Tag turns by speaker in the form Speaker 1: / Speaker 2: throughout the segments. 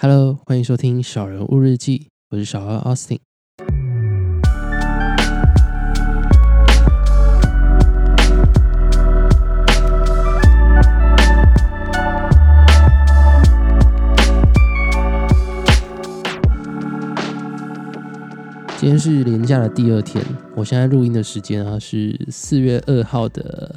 Speaker 1: Hello， 欢迎收听小人物日记，我是小二 Austin。今天是连假的第二天，我现在录音的时间是4月2号的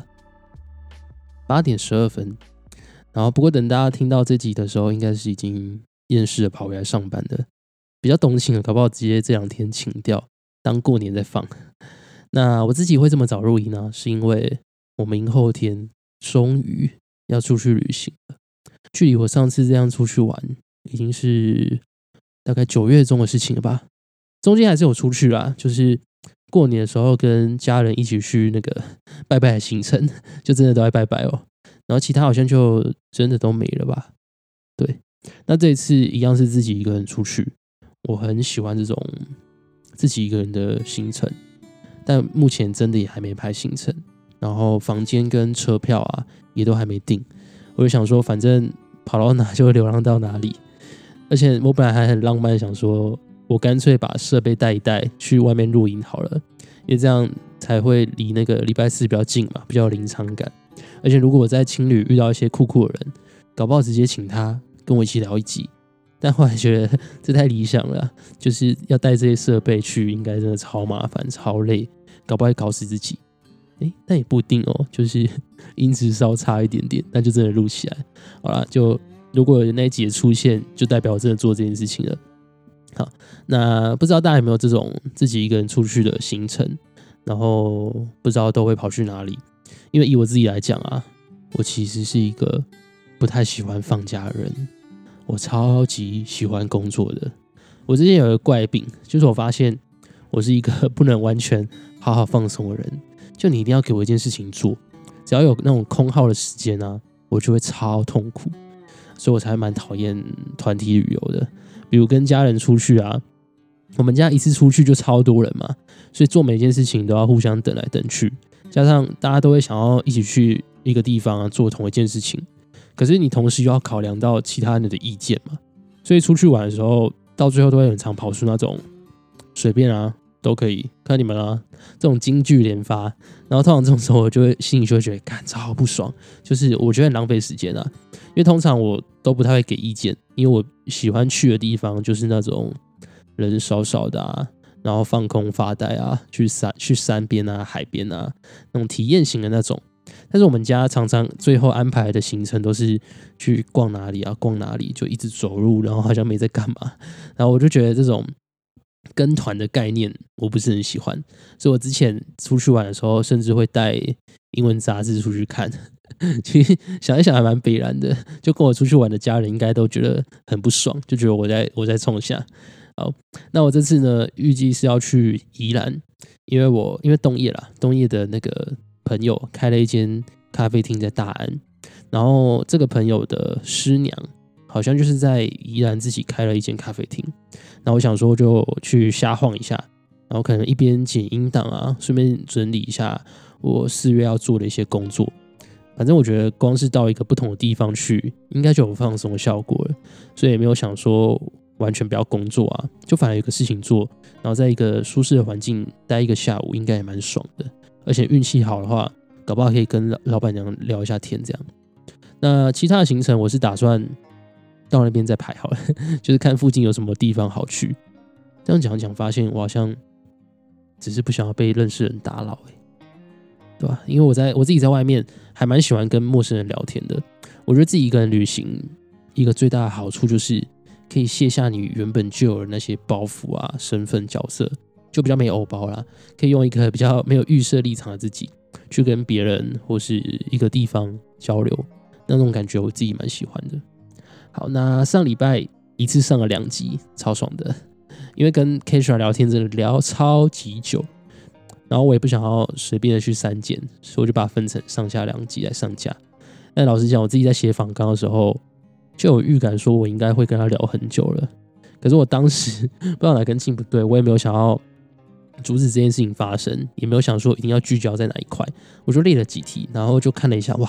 Speaker 1: 8点12分。然后不过等大家听到这集的时候，应该是已经厌世的跑回来上班的，比较动情的搞不好直接这2天请掉，当过年再放。那我自己会这么早录音呢，是因为我明后天终于要出去旅行了。距离我上次这样出去玩，已经是大概9月中的事情了吧。中间还是有出去啦，就是过年的时候跟家人一起去那个拜拜的行程，就真的都在拜拜哦。然后其他好像就真的都没了吧。对，那这一次一样是自己一个人出去，我很喜欢这种自己一个人的行程，但目前真的也还没排行程，然后房间跟车票也都还没订。我就想说反正跑到哪就流浪到哪里，而且我本来还很浪漫想说我干脆把设备带一带去外面露营好了，因为这样才会离那个礼拜4比较近嘛，比较有临场感。而且如果我在青旅遇到一些酷酷的人，搞不好直接请他跟我一起聊一集。但后来觉得这太理想了，就是要带这些设备去，应该真的超麻烦、超累，搞不好会搞死自己。但也不一定哦，就是音质稍差一点点，那就真的录起来。好啦，就如果有那一集的出现，就代表我真的做这件事情了。好，那不知道大家有没有这种自己一个人出去的行程，然后不知道都会跑去哪里？因为以我自己来讲我其实是一个不太喜欢放假的人，我超级喜欢工作的。我之前有一个怪病，就是我发现我是一个不能完全好好放松的人，就你一定要给我一件事情做，只要有那种空耗的时间我就会超痛苦，所以我才蛮讨厌团体旅游的。比如跟家人出去我们家一次出去就超多人嘛，所以做每件事情都要互相等来等去，加上大家都会想要一起去一个地方做同一件事情，可是你同时又要考量到其他人的意见嘛，所以出去玩的时候到最后都会很常跑出那种随便都可以看你们这种金句连发。然后通常这种时候我就会心里就会觉得干超不爽，就是我觉得很浪费时间因为通常我都不太会给意见，因为我喜欢去的地方就是那种人少少的然后放空发呆去山边海边那种体验型的那种。但是我们家常常最后安排的行程都是去逛哪里逛哪里，就一直走路，然后好像没在干嘛。然后我就觉得这种跟团的概念我不是很喜欢，所以我之前出去玩的时候甚至会带英文杂志出去看。其实想一想还蛮北蓝的，就跟我出去玩的家人应该都觉得很不爽，就觉得我在冲下。好，那我这次呢预计是要去宜兰，因为东叶的那个朋友开了一间咖啡厅在大安，然后这个朋友的师娘好像就是在宜兰自己开了一间咖啡厅，然后我想说就去瞎晃一下，然后可能一边剪音档顺便整理一下我4月要做的一些工作。反正我觉得光是到一个不同的地方去，应该就有放松的效果了，所以也没有想说完全不要工作就反而有个事情做，然后在一个舒适的环境待一个下午，应该也蛮爽的。而且运气好的话，搞不好可以跟老板娘聊一下天这样。那其他的行程我是打算到那边再排好了，就是看附近有什么地方好去。这样讲发现我好像只是不想要被认识的人打扰对吧？因为我自己在外面还蛮喜欢跟陌生人聊天的。我觉得自己一个人旅行一个最大的好处就是可以卸下你原本就有的那些包袱身份角色，就比较没有偶包啦，可以用一个比较没有预设立场的自己去跟别人或是一个地方交流，那种感觉我自己蛮喜欢的。好，那上礼拜一次上了2集，超爽的，因为跟 Kesha 聊天真的聊超级久，然后我也不想要随便的去删减，所以我就把它分成上下2集来上架。但老实讲，我自己在写访纲的时候就有预感说我应该会跟他聊很久了，可是我当时不知道哪根筋不对，我也没有想要阻止这件事情发生，也没有想说一定要聚焦在哪一块，我就列了几题，然后就看了一下，哇，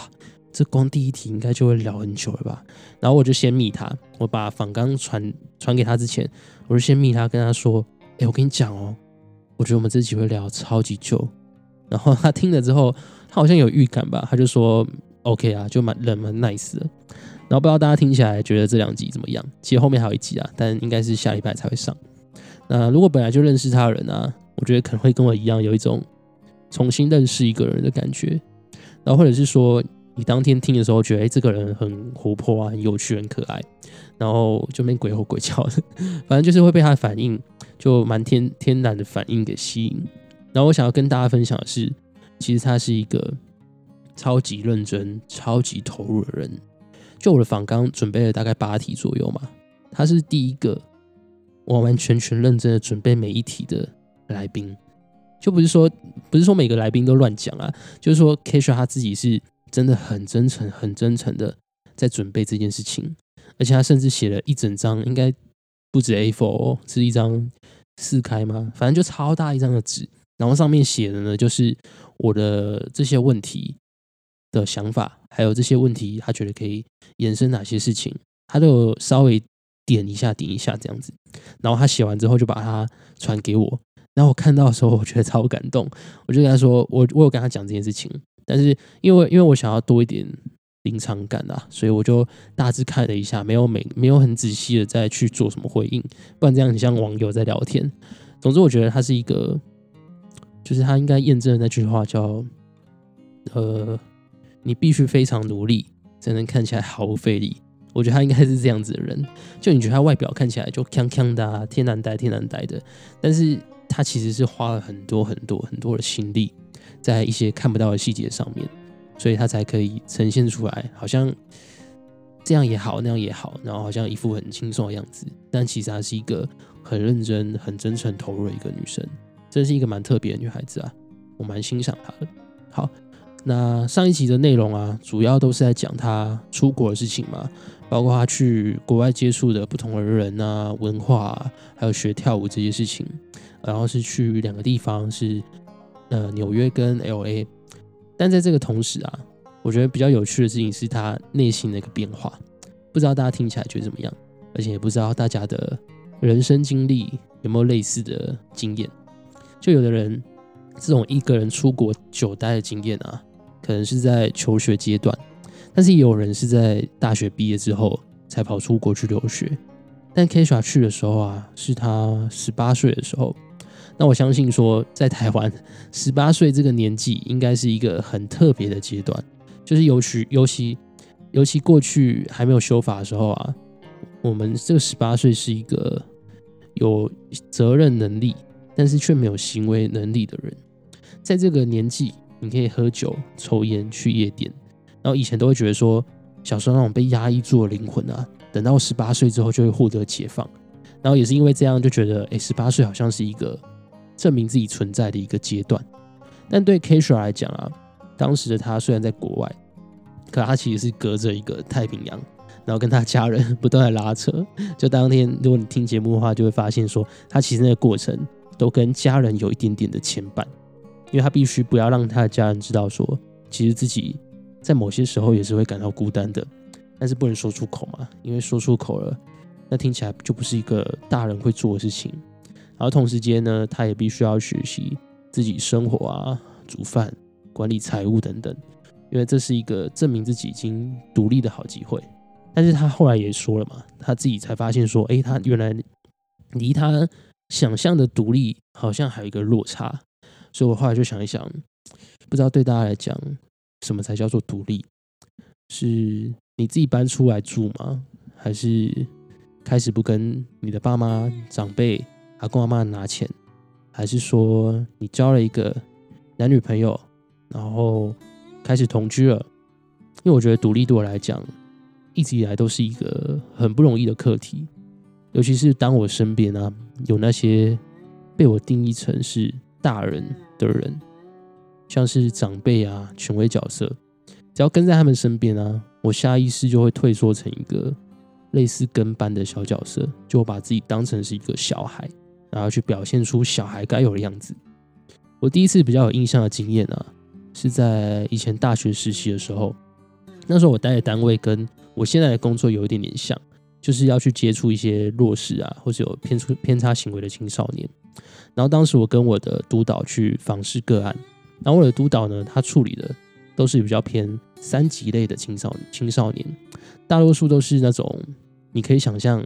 Speaker 1: 这光第一题应该就会聊很久了吧？然后我就先密他，我把访纲传给他之前，我就先密他，跟他说：“我跟你讲哦，我觉得我们这集会聊超级久。”然后他听了之后，他好像有预感吧，他就说 ：“OK 啊，就蛮 nice 的。”然后不知道大家听起来觉得这2集怎么样？其实后面还有1集啊，但应该是下礼拜才会上。那如果本来就认识他的人啊，我觉得可能会跟我一样有一种重新认识一个人的感觉。然后或者是说，你当天听的时候觉得，这个人很活泼啊，很有趣，很可爱，然后就没鬼吼鬼叫的，反正就是会被他的反应，就蛮天然的反应给吸引。然后我想要跟大家分享的是，其实他是一个超级认真、超级投入的人。就我的访纲准备了大概8题左右嘛，他是第一个完完全全认真的准备每一题的来宾。就不是说每个来宾都乱讲啊，就是说 Kesha 他自己是真的很真诚、很真诚的在准备这件事情，而且他甚至写了一整张，应该不止 A4 哦，是一张4开吗？反正就超大一张的纸，然后上面写的呢就是我的这些问题的想法，还有这些问题他觉得可以延伸哪些事情，他都有稍微点一下这样子。然后他写完之后就把它传给我。然后我看到的时候，我觉得超感动，我就跟他说，我有跟他讲这件事情，但是因为我想要多一点临场感啊，所以我就大致看了一下，没有很仔细的再去做什么回应，不然这样很像网友在聊天。总之，我觉得他是一个，就是他应该验证的那句话叫你必须非常努力才能看起来毫不费力。我觉得他应该是这样子的人，就你觉得他外表看起来就锵锵的啊，天然呆的，但是他其实是花了很多的心力在一些看不到的细节上面，所以他才可以呈现出来，好像这样也好，那样也好，然后好像一副很轻松的样子，但其实她是一个很认真、很真诚投入的一个女生，真是一个蛮特别的女孩子啊，我蛮欣赏她的。好，那上一集的内容啊，主要都是在讲她出国的事情嘛，包括她去国外接触的不同的人啊、文化啊，还有学跳舞这些事情。然后是去2个地方，是纽约跟 LA。但在这个同时啊，我觉得比较有趣的事情是他内心的一个变化。不知道大家听起来觉得怎么样？而且也不知道大家的人生经历有没有类似的经验。就有的人这种一个人出国久待的经验啊，可能是在求学阶段，但是也有人是在大学毕业之后才跑出国去留学。但 Kesha 去的时候啊，是他18岁的时候。那我相信说，在台湾18岁这个年纪，应该是一个很特别的阶段。就是尤其过去还没有修法的时候啊，我们这个18岁是一个有责任能力，但是却没有行为能力的人。在这个年纪，你可以喝酒、抽烟、去夜店，然后以前都会觉得说，小时候那种被压抑住的灵魂啊，等到18岁之后就会获得解放。然后也是因为这样，就觉得18岁好像是一个证明自己存在的一个阶段。但对 Kesha 来讲啊，当时的他虽然在国外，可他其实是隔着一个太平洋，然后跟他家人不断的拉扯。就当天如果你听节目的话，就会发现说，他其实那个过程都跟家人有一点点的牵绊，因为他必须不要让他的家人知道说，其实自己在某些时候也是会感到孤单的，但是不能说出口嘛，因为说出口了，那听起来就不是一个大人会做的事情。然后同时间呢，他也必须要学习自己生活啊、煮饭、管理财务等等，因为这是一个证明自己已经独立的好机会。但是他后来也说了嘛，他自己才发现说，他原来离他想象的独立好像还有一个落差。所以我后来就想一想，不知道对大家来讲，什么才叫做独立？是你自己搬出来住吗？还是开始不跟你的爸妈、长辈、阿公阿嬷拿钱？还是说你交了一个男女朋友，然后开始同居了？因为我觉得独立对我来讲，一直以来都是一个很不容易的课题，尤其是当我身边啊有那些被我定义成是大人的人，像是长辈啊、权威角色，只要跟在他们身边啊，我下意识就会退缩成一个类似跟班的小角色，就把自己当成是一个小孩，然后去表现出小孩该有的样子。我第一次比较有印象的经验啊，是在以前大学实习的时候， 那时候我待的单位跟我现在的工作有一点点像，就是要去接触一些弱势啊，或是有偏差行为的青少年。然后当时我跟我的督导去访视个案，然后我的督导呢，他处理的都是比较偏3级类的青少年，大多数都是那种你可以想象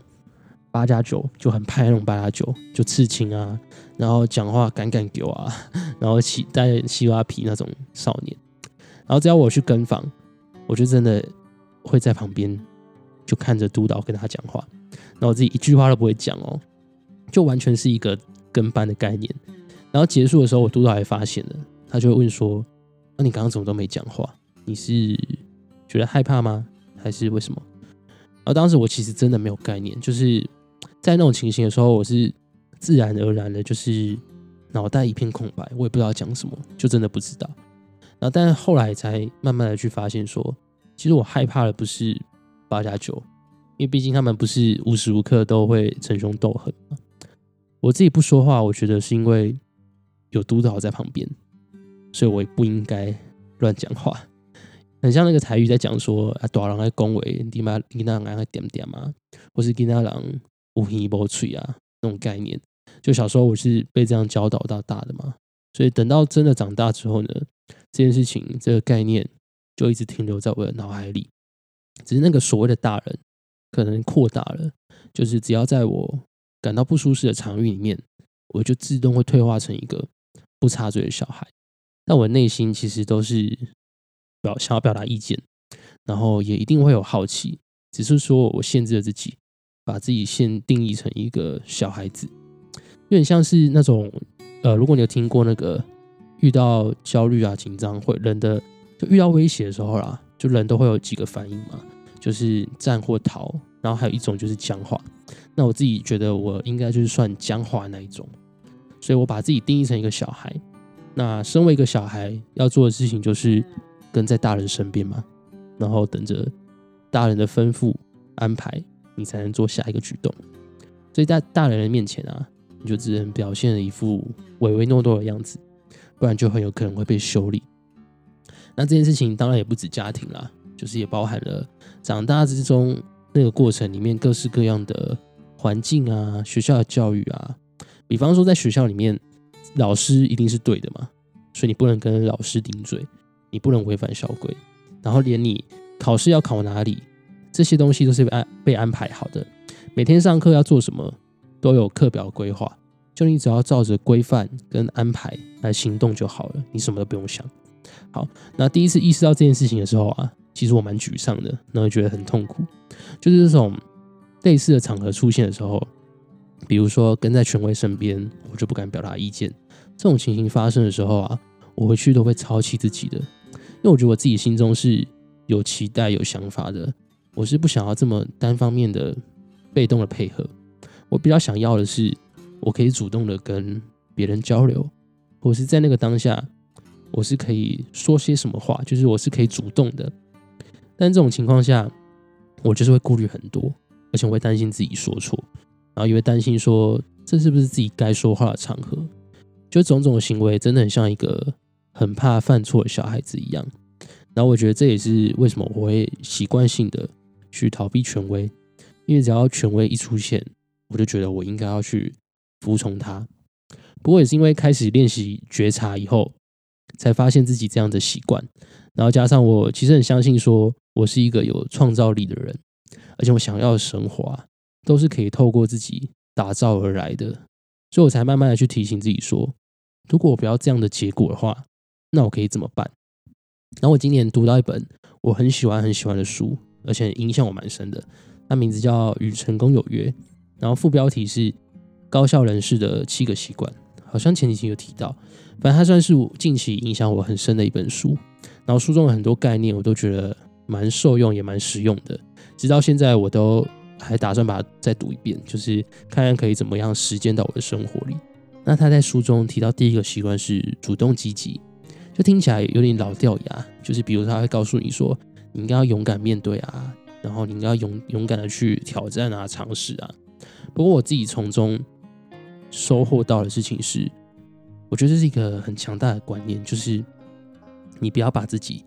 Speaker 1: 8+9就很派那种8+9，就刺青啊，然后讲话敢丢啊，然后戴西瓜皮那种少年。然后只要我去跟访，我就真的会在旁边就看着督导跟他讲话，然后我自己一句话都不会讲哦，就完全是一个跟班的概念。然后结束的时候，我督导还发现了，他就会问说：“那你刚刚怎么都没讲话？你是觉得害怕吗？还是为什么？”然后当时我其实真的没有概念，就是在那种情形的时候，我是自然而然的，就是脑袋一片空白，我也不知道讲什么，就真的不知道。然后但是后来才慢慢的去发现说，其实我害怕的不是8+9，因为毕竟他们不是无时无刻都会逞凶斗狠嘛。我自己不说话，我觉得是因为有督导在旁边，所以我也不应该乱讲话。很像那个台语在讲说啊，大人在恭维，你那人在点点嘛，或是你那人有耳无嘴啊那种概念。就小时候我是被这样教导到大的嘛，所以等到真的长大之后呢，这件事情这个概念就一直停留在我的脑海里。只是那个所谓的大人可能扩大了，就是只要在我感到不舒适的场域里面，我就自动会退化成一个不插嘴的小孩。但我内心其实都是想要表达意见，然后也一定会有好奇，只是说我限制了自己，把自己先定义成一个小孩子，有点像是那种如果你有听过那个遇到焦虑啊、紧张，人的就遇到威胁的时候啦，就人都会有几个反应嘛，就是战或逃，然后还有一种就是僵化。那我自己觉得我应该就是算僵化那一种，所以我把自己定义成一个小孩。那身为一个小孩要做的事情就是跟在大人身边嘛，然后等着大人的吩咐安排，你才能做下一个举动。所以在大人的面前啊，你就只能表现了一副唯唯诺诺的样子，不然就很有可能会被修理。那这件事情当然也不止家庭啦，就是也包含了长大之中那个过程里面各式各样的环境啊，学校的教育啊。比方说在学校里面，老师一定是对的嘛，所以你不能跟老师顶嘴，你不能违反校规，然后连你考试要考哪里，这些东西都是被安排好的。每天上课要做什么都有课表规划，就你只要照着规范跟安排来行动就好了，你什么都不用想。好，那第一次意识到这件事情的时候啊，其实我蛮沮丧的，然后觉得很痛苦。就是这种类似的场合出现的时候，比如说跟在权威身边，我就不敢表达意见。这种情形发生的时候啊，我回去都会超气自己的，因为我觉得我自己心中是有期待、有想法的，我是不想要这么单方面的被动的配合。我比较想要的是，我可以主动的跟别人交流，或是在那个当下，我是可以说些什么话，就是我是可以主动的。但这种情况下，我就是会顾虑很多，而且我会担心自己说错，然后也会担心说这是不是自己该说话的场合。就种种的行为真的很像一个很怕犯错的小孩子一样。然后我觉得这也是为什么我会习惯性的去逃避权威，因为只要权威一出现，我就觉得我应该要去服从他。不过也是因为开始练习觉察以后，才发现自己这样的习惯，然后加上我其实很相信说我是一个有创造力的人，而且我想要的生活啊，都是可以透过自己打造而来的，所以我才慢慢的去提醒自己说，如果我不要这样的结果的话，那我可以怎么办？然后我今年读到一本我很喜欢的书，而且影响我蛮深的，它名字叫《与成功有约》，然后副标题是高效人士的7个习惯，好像前几期有提到。反正它算是近期影响我很深的一本书，然后书中的很多概念我都觉得蛮受用也蛮实用的，直到现在我都还打算把它再读一遍，就是看看可以怎么样实践到我的生活里。那他在书中提到第一个习惯是主动积极，就听起来有点老掉牙，就是比如他会告诉你说你应该要勇敢面对啊，然后你应该要勇敢的去挑战啊、尝试啊。不过我自己从中收获到的事情是，我觉得这是一个很强大的观念，就是你不要把自己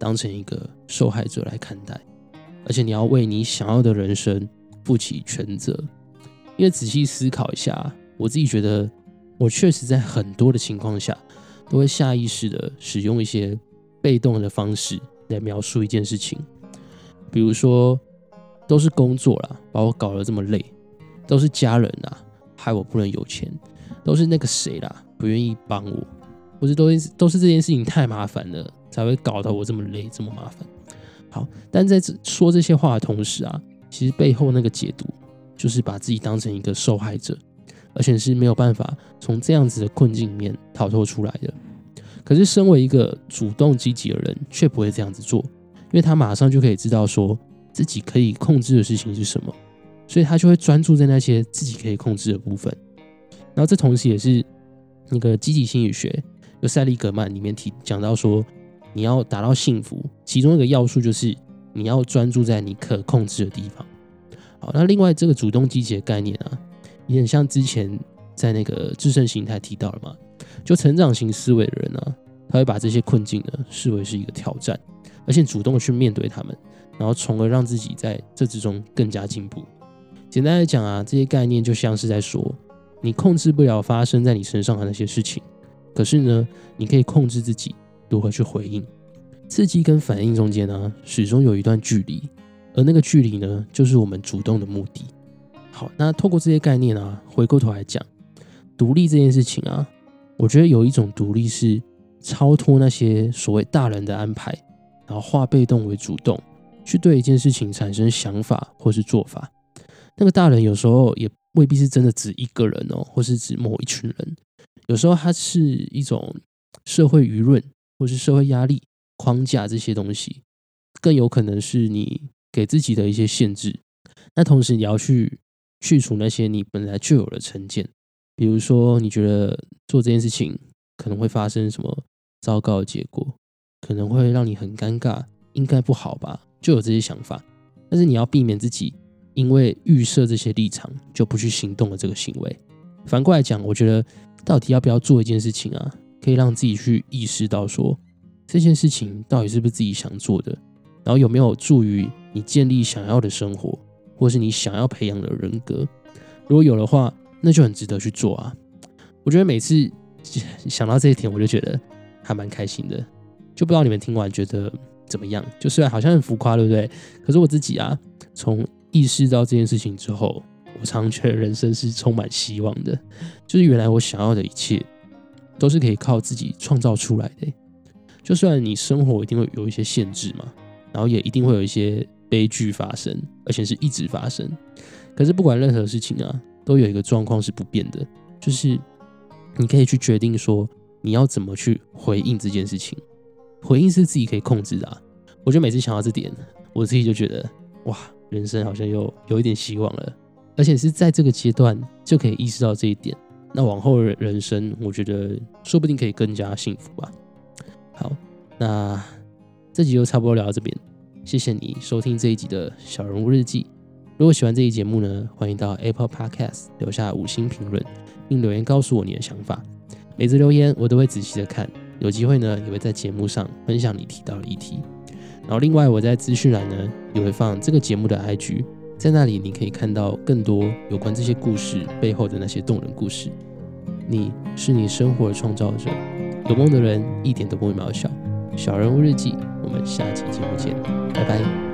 Speaker 1: 当成一个受害者来看待，而且你要为你想要的人生负起全责。因为仔细思考一下，我自己觉得我确实在很多的情况下都会下意识的使用一些被动的方式来描述一件事情，比如说都是工作啦，把我搞得这么累，都是家人啦，害我不能有钱，都是那个谁啦，不愿意帮我，或者都是这件事情太麻烦了，才会搞得我这么累这么麻烦。好，但在说这些话的同时啊，其实背后那个解读就是把自己当成一个受害者，而且是没有办法从这样子的困境里面逃脱出来的。可是身为一个主动积极的人却不会这样子做，因为他马上就可以知道说自己可以控制的事情是什么，所以他就会专注在那些自己可以控制的部分。然后这同时也是那个积极心理学有塞利格曼里面讲到说，你要达到幸福，其中一个要素就是你要专注在你可控制的地方。好，那另外这个主动积极的概念啊，也很像之前在那个致胜形态提到了嘛，就成长型思维的人啊，他会把这些困境呢视为是一个挑战，而且主动的去面对他们，然后从而让自己在这之中更加进步。简单来讲啊，这些概念就像是在说，你控制不了发生在你身上的那些事情，可是呢，你可以控制自己如何去回应。刺激跟反应中间呢，始终有一段距离，而那个距离呢，就是我们主动的目的。好，那透过这些概念啊，回过头来讲，独立这件事情啊，我觉得有一种独立是超脱那些所谓大人的安排，然后化被动为主动，去对一件事情产生想法或是做法。那个大人有时候也未必是真的指一个人哦，或是指某一群人，有时候它是一种社会舆论或是社会压力框架这些东西，更有可能是你给自己的一些限制。那同时你要去去除那些你本来就有的成见，比如说你觉得做这件事情可能会发生什么糟糕的结果，可能会让你很尴尬，应该不好吧，就有这些想法。但是你要避免自己因为预设这些立场就不去行动的这个行为。反过来讲，我觉得到底要不要做一件事情啊，可以让自己去意识到说，这件事情到底是不是自己想做的，然后有没有助于你建立想要的生活，或是你想要培养的人格。如果有的话，那就很值得去做啊。我觉得每次想到这一点，我就觉得还蛮开心的。就不知道你们听完觉得怎么样？就虽然好像很浮夸，对不对？可是我自己啊，从意识到这件事情之后，我常常觉得人生是充满希望的。就是原来我想要的一切，都是可以靠自己创造出来的。就虽然你生活一定会有一些限制嘛，然后也一定会有一些悲剧发生，而且是一直发生。可是不管任何事情啊，都有一个状况是不变的，就是你可以去决定说你要怎么去回应这件事情。回应是自己可以控制的啊。我觉得每次想到这点，我自己就觉得哇，人生好像有一点希望了，而且是在这个阶段就可以意识到这一点。那往后的人生，我觉得说不定可以更加幸福吧。好，那这集就差不多聊到这边，谢谢你收听这一集的小人物日记。如果喜欢这一节目呢，欢迎到 Apple Podcast 留下5星评论，并留言告诉我你的想法。每则留言我都会仔细的看，有机会呢也会在节目上分享你提到的议题。然后另外我在资讯栏呢也会放这个节目的 IG， 在那里你可以看到更多有关这些故事背后的那些动人故事。你是你生活的创造者，有梦的人一点都不会渺小。小人物日记，我们下期节目见，拜拜。